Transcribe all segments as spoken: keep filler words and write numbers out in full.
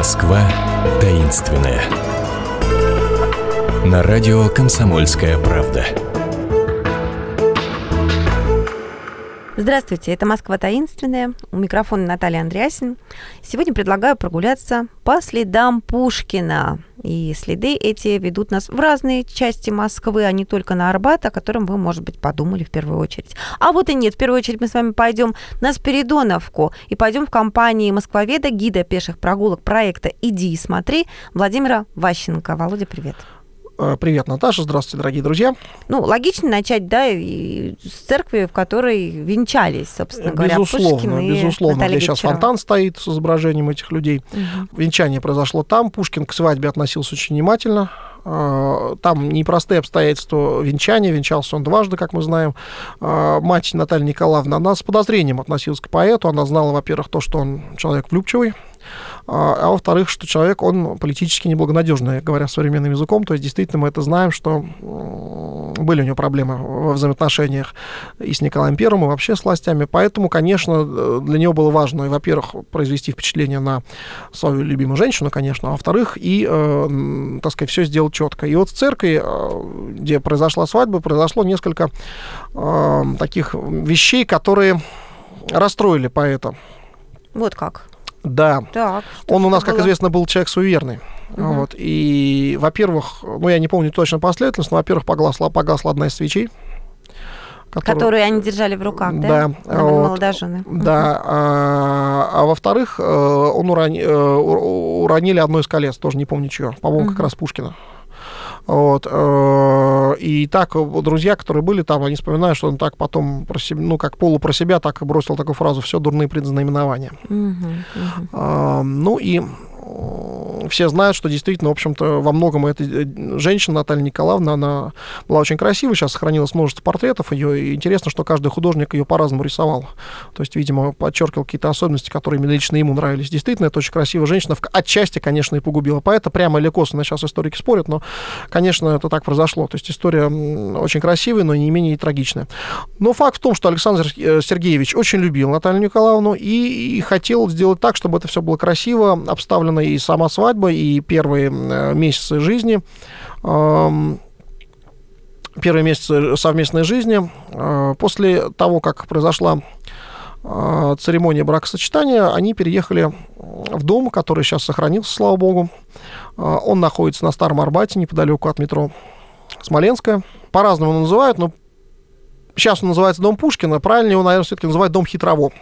Москва таинственная. На радио «Комсомольская правда». Здравствуйте, это «Москва таинственная». У микрофона Наталья Андреасин. Сегодня предлагаю прогуляться по следам Пушкина. И следы эти ведут нас в разные части Москвы, а не только на Арбат, о котором вы, может быть, подумали в первую очередь. А вот и нет. В первую очередь мы с вами пойдем на Спиридоновку и пойдем в компании москвоведа, гида пеших прогулок проекта «Иди и смотри» Владимира Ващенко. Володя, привет. Привет, Наташа. Здравствуйте, дорогие друзья. Ну, логично начать, да, и с церкви, в которой венчались, собственно говоря, безусловно, Пушкин и безусловно, Наталья где сейчас Гончарова. фонтан стоит с изображением этих людей. Угу. Венчание произошло там. Пушкин к свадьбе относился очень внимательно. Там непростые обстоятельства венчания. Венчался он дважды, как мы знаем. Мать Наталья Николаевна, она с подозрением относилась к поэту. Она знала, во-первых, то, что он человек влюбчивый, а во-вторых, что человек, он политически неблагонадежный, говоря современным языком. То есть, действительно, мы это знаем, что были у него проблемы во взаимоотношениях и с Николаем Первым, и вообще с властями. Поэтому, конечно, для него было важно, во-первых, произвести впечатление на свою любимую женщину, конечно, а во-вторых, и, э, так сказать, все сделать четко. И вот в церкви, где произошла свадьба, произошло несколько э, таких вещей, которые расстроили поэта. Вот как? Да. Так, он у нас, было? как известно, был человек суеверный. Угу. Вот. И, во-первых, ну, я не помню точно последовательность, но, во-первых, погасла, погасла одна из свечей. Которую, Которую они держали в руках, да? Да. Вот. Молодожены. Да. Угу. А, а во-вторых, он урони, уронили одно из колец, тоже не помню чье, по-моему, угу. как раз Пушкина. Вот. И так друзья, которые были там, они вспоминают, что он так потом, про себя, ну, как полу про себя, так бросил такую фразу: «Все дурные предзнаменования». Uh-huh, uh-huh. А, ну и все знают, что действительно, в общем-то, во многом эта женщина, Наталья Николаевна, она была очень красивой, сейчас сохранилось множество портретов ее, и интересно, что каждый художник ее по-разному рисовал. То есть, видимо, подчеркивал какие-то особенности, которые лично ему нравились. Действительно, это очень красивая женщина, отчасти, конечно, и погубила поэта, прямо или косвенно, сейчас историки спорят, но, конечно, это так произошло. То есть, история очень красивая, но не менее трагичная. Но факт в том, что Александр Сергеевич очень любил Наталью Николаевну и, и хотел сделать так, чтобы это все было красиво, обставлено, и сама свадьба, и первые месяцы жизни, первые месяцы совместной жизни. После того, как произошла церемония бракосочетания, они переехали в дом, который сейчас сохранился, слава богу. Он находится на Старом Арбате, неподалеку от метро Смоленская. По-разному его называют, но сейчас он называется дом Пушкина, правильнее его, наверное, все-таки называют дом Хитрово.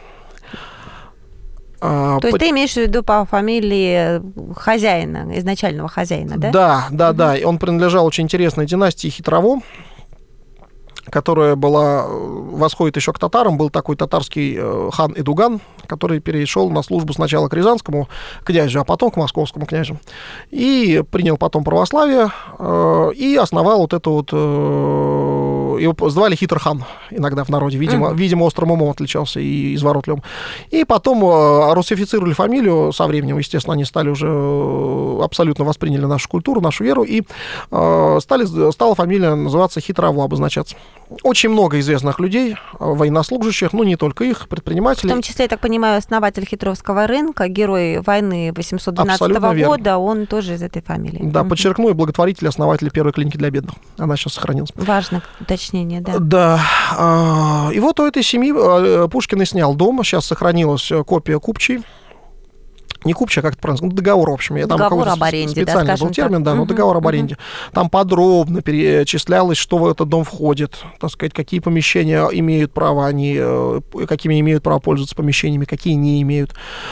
То есть по... ты имеешь в виду по фамилии хозяина, изначального хозяина, да? Да, да, угу. да. И он принадлежал очень интересной династии Хитрово, которая была, восходит еще к татарам. Был такой татарский хан Эдуган, который перешел на службу сначала к рязанскому князю, а потом к московскому князю. И принял потом православие, и основал вот эту вот... Его звали Хитр-хан иногда в народе. Видимо, mm-hmm. видимо, острым умом отличался и изворотливым. И потом э, русифицировали фамилию со временем. Естественно, они стали уже э, абсолютно восприняли нашу культуру, нашу веру. И э, стали, стала фамилия называться Хитрово, обозначаться. Очень много известных людей, военнослужащих, ну, не только их, предпринимателей. В том числе, я так понимаю, основатель Хитровского рынка, герой войны восемьсот двенадцатого года, он тоже из этой фамилии. Да, mm-hmm. подчеркну, и благотворитель, основатель первой клиники для бедных. Она сейчас сохранилась. Важно уточнение, да. Да. И вот у этой семьи Пушкин и снял дом. Сейчас сохранилась копия купчей. Не купчая, как это правильно, договор, в общем. Договор там об аренде, специальный да, был термин, так. да, но угу, договор об угу. аренде. Там подробно перечислялось, что в этот дом входит, так сказать, какие помещения имеют право, они, какими имеют право пользоваться помещениями, какие не имеют.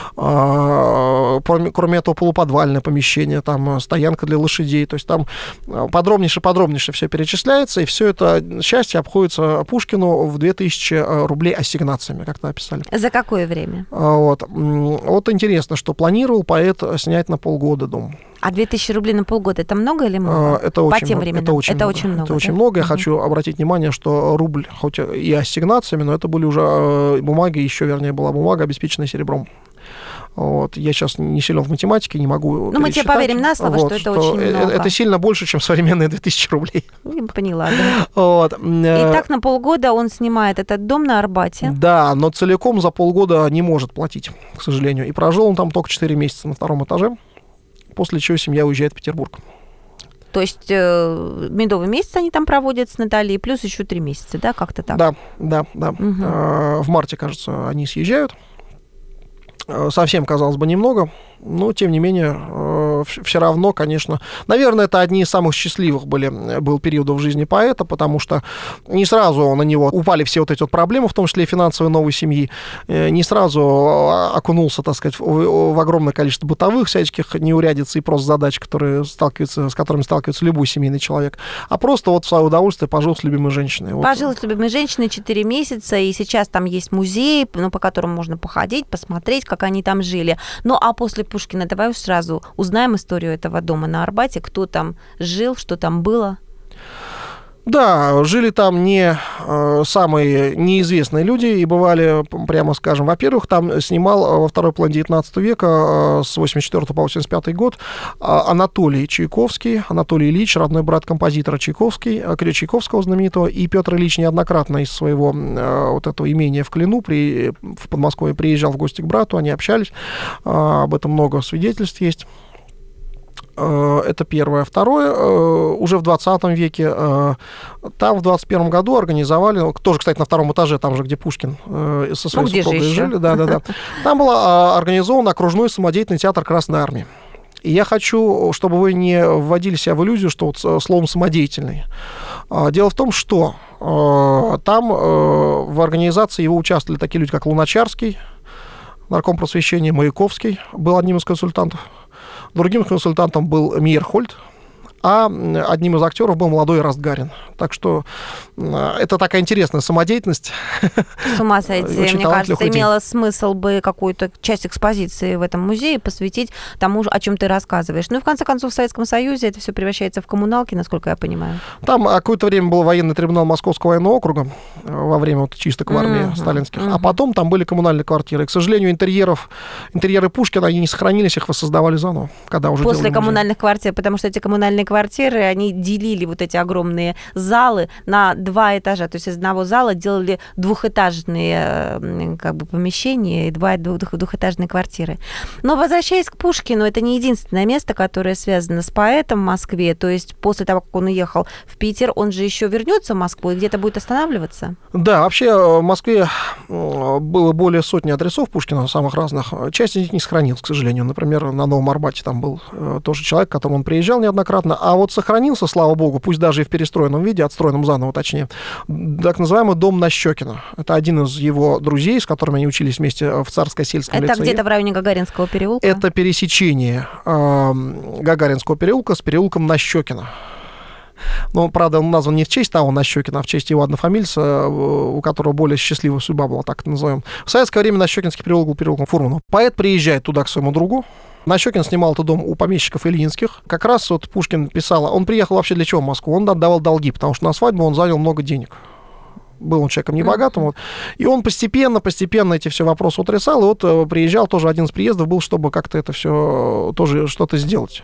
Кроме этого, полуподвальное помещение, там стоянка для лошадей. То есть там подробнейше-подробнейше все перечисляется, и все это счастье обходится Пушкину в две тысячи рублей ассигнациями, как-то описали. За какое время? Вот, вот интересно, что планировал поэт снять на полгода дом. А две тысячи рублей на полгода — это много или мало? Это По очень тем много. временам? Это очень это много. Очень много, это да? очень много. Я угу. хочу обратить внимание, что рубль, хоть и ассигнациями, но это были уже бумаги, еще, вернее, была бумага, обеспеченная серебром. Вот. Я сейчас не силен в математике, не могу Ну, мы тебе поверим на слово, вот, что это что очень много. Это сильно больше, чем современные две тысячи рублей. Я поняла, да. Вот. И так на полгода он снимает этот дом на Арбате. Да, но целиком за полгода не может платить, к сожалению. И прожил он там только четыре месяца на втором этаже. после чего семья уезжает в Петербург. То есть э, медовый месяц они там проводят с Натальей, плюс еще три месяца, да, как-то так? Да, да, да. Угу. Э, в марте, кажется, они съезжают. Совсем, казалось бы, немного, но, тем не менее, э, все равно, конечно... Наверное, это одни из самых счастливых были, был периодов в жизни поэта, потому что не сразу на него упали все вот эти вот проблемы, в том числе и финансовой новой семьи, э, не сразу окунулся, так сказать, в, в огромное количество бытовых всяческих неурядиц и просто задач, которые сталкиваются, с которыми сталкивается любой семейный человек, а просто вот в свое удовольствие пожил с любимой женщиной. Пожил вот. с любимой женщиной четыре месяца, и сейчас там есть музей, ну, по которому можно походить, посмотреть, как они там жили. Ну, а после Пушкина давай уж сразу узнаем историю этого дома на Арбате, кто там жил, что там было. Да, жили там не э, самые неизвестные люди, и бывали, прямо скажем, во-первых, там снимал во второй половине девятнадцатого века, э, с восемьдесят четвёртого по восемьдесят пятый год, э, Анатолий Чайковский, Анатолий Ильич, родной брат композитора Чайковский, э, Чайковского знаменитого, и Петр Ильич неоднократно из своего э, вот этого имения в Клину при, в Подмосковье приезжал в гости к брату, они общались, э, об этом много свидетельств есть. Это первое. Второе, уже в двадцатом веке, там в двадцать первом году организовали, тоже, кстати, на втором этаже, там же, где Пушкин со своей ну, супругой жили, да, да, да. Там был организован окружной самодеятельный театр Красной Армии. И я хочу, чтобы вы не вводили себя в иллюзию, что вот словом «самодеятельный». Дело в том, что там в организации его участвовали такие люди, как Луначарский, нарком просвещения, Маяковский был одним из консультантов. Другим консультантом был Мейерхольд, а одним из актеров был молодой Эраст Гарин. Так что это такая интересная самодеятельность. С ума сойти. Мне кажется, имело смысл бы какую-то часть экспозиции в этом музее посвятить тому, о чем ты рассказываешь. Ну и в конце концов в Советском Союзе это все превращается в коммуналки, насколько я понимаю. Там какое-то время был военный трибунал Московского военного округа во время вот чисток в армии mm-hmm. сталинских, mm-hmm. а потом там были коммунальные квартиры. И, к сожалению, интерьеров, интерьеры Пушкина, они не сохранились, их воссоздавали заново, когда уже после коммунальных квартир, потому что эти коммунальные квартиры, они делили вот эти огромные залы на два этажа. То есть из одного зала делали двухэтажные как бы, помещения и два двухэтажные квартиры. Но возвращаясь к Пушкину, это не единственное место, которое связано с поэтом в Москве. То есть после того, как он уехал в Питер, он же еще вернется в Москву и где-то будет останавливаться? Да, вообще в Москве было более сотни адресов Пушкина, самых разных. Часть из них не сохранилась, к сожалению. Например, на Новом Арбате там был тоже человек, к которому он приезжал неоднократно. А вот сохранился, слава богу, пусть даже и в перестроенном виде, отстроенном заново, точнее, так называемый дом Нащекина. Это один из его друзей, с которыми они учились вместе в Царско-сельском лицее. Это где-то в районе Гагаринского переулка? Это пересечение э, Гагаринского переулка с переулком Нащекина. Ну, правда, он назван не в честь того Нащекина, а в честь его однофамильца, у которого более счастливая судьба была, так это назовем. В советское время Нащекинский переулок был переулком Фурманова. Поэт приезжает туда к своему другу. Нащекин снимал этот дом у помещиков Ильинских. Как раз вот Пушкин писал, он приехал вообще для чего в Москву? Он отдавал долги, потому что на свадьбу он занял много денег. Был он человеком небогатым. Вот. И он постепенно, постепенно эти все вопросы утрясал. И вот приезжал тоже один из приездов был, чтобы как-то это все тоже что-то сделать.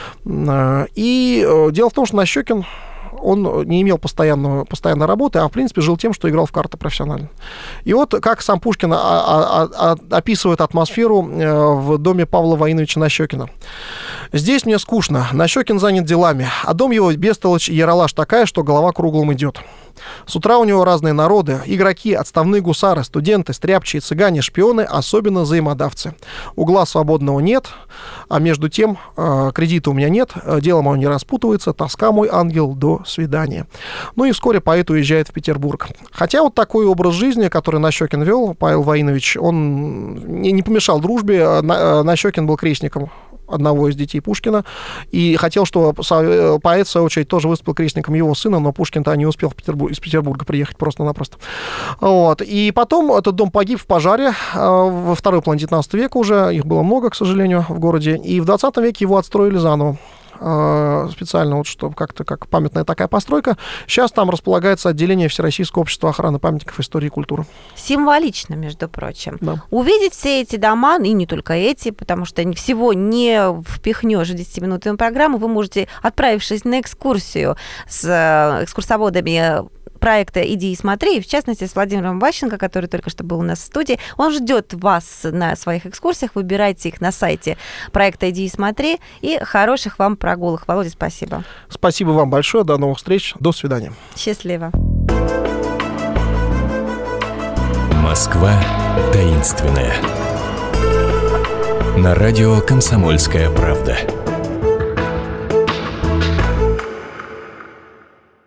И дело в том, что Нащекин, он не имел постоянного, постоянной работы, а, в принципе, жил тем, что играл в карты профессионально. И вот как сам Пушкин а, а, а, описывает атмосферу в доме Павла Воиновича Нащекина. «Здесь мне скучно. Нащекин занят делами, а дом его бестолочь и яролаж такая, что голова круглым идет. С утра у него разные народы, игроки, отставные гусары, студенты, стряпчие, цыгане, шпионы, особенно взаимодавцы. Угла свободного нет, а между тем э, кредита у меня нет, дело мое не распутывается, тоска мой ангел, до свидания». Ну и вскоре поэт уезжает в Петербург. Хотя вот такой образ жизни, который Нащекин вел, Павел Воинович, он не, не помешал дружбе. Нащекин был крестником одного из детей Пушкина, и хотел, чтобы поэт, в свою очередь, тоже выступил крестником его сына, но Пушкин-то не успел в Петербург, из Петербурга приехать просто-напросто. Вот. И потом этот дом погиб в пожаре во второй половине девятнадцатого века уже, их было много, к сожалению, в городе, и в двадцатом веке его отстроили заново. Специально, вот, чтобы как-то как памятная такая постройка. Сейчас там располагается отделение Всероссийского общества охраны памятников истории и культуры. Символично, между прочим. Да. Увидеть все эти дома, и не только эти, потому что всего не впихнешь в десятиминутную программу, вы можете, отправившись на экскурсию с экскурсоводами проекта «Иди и смотри», в частности, с Владимиром Ващенко, который только что был у нас в студии. Он ждет вас на своих экскурсиях. Выбирайте их на сайте проекта «Иди и смотри». И хороших вам прогулок. Володя, спасибо. Спасибо вам большое. До новых встреч. До свидания. Счастливо. Москва таинственная. На радио «Комсомольская правда».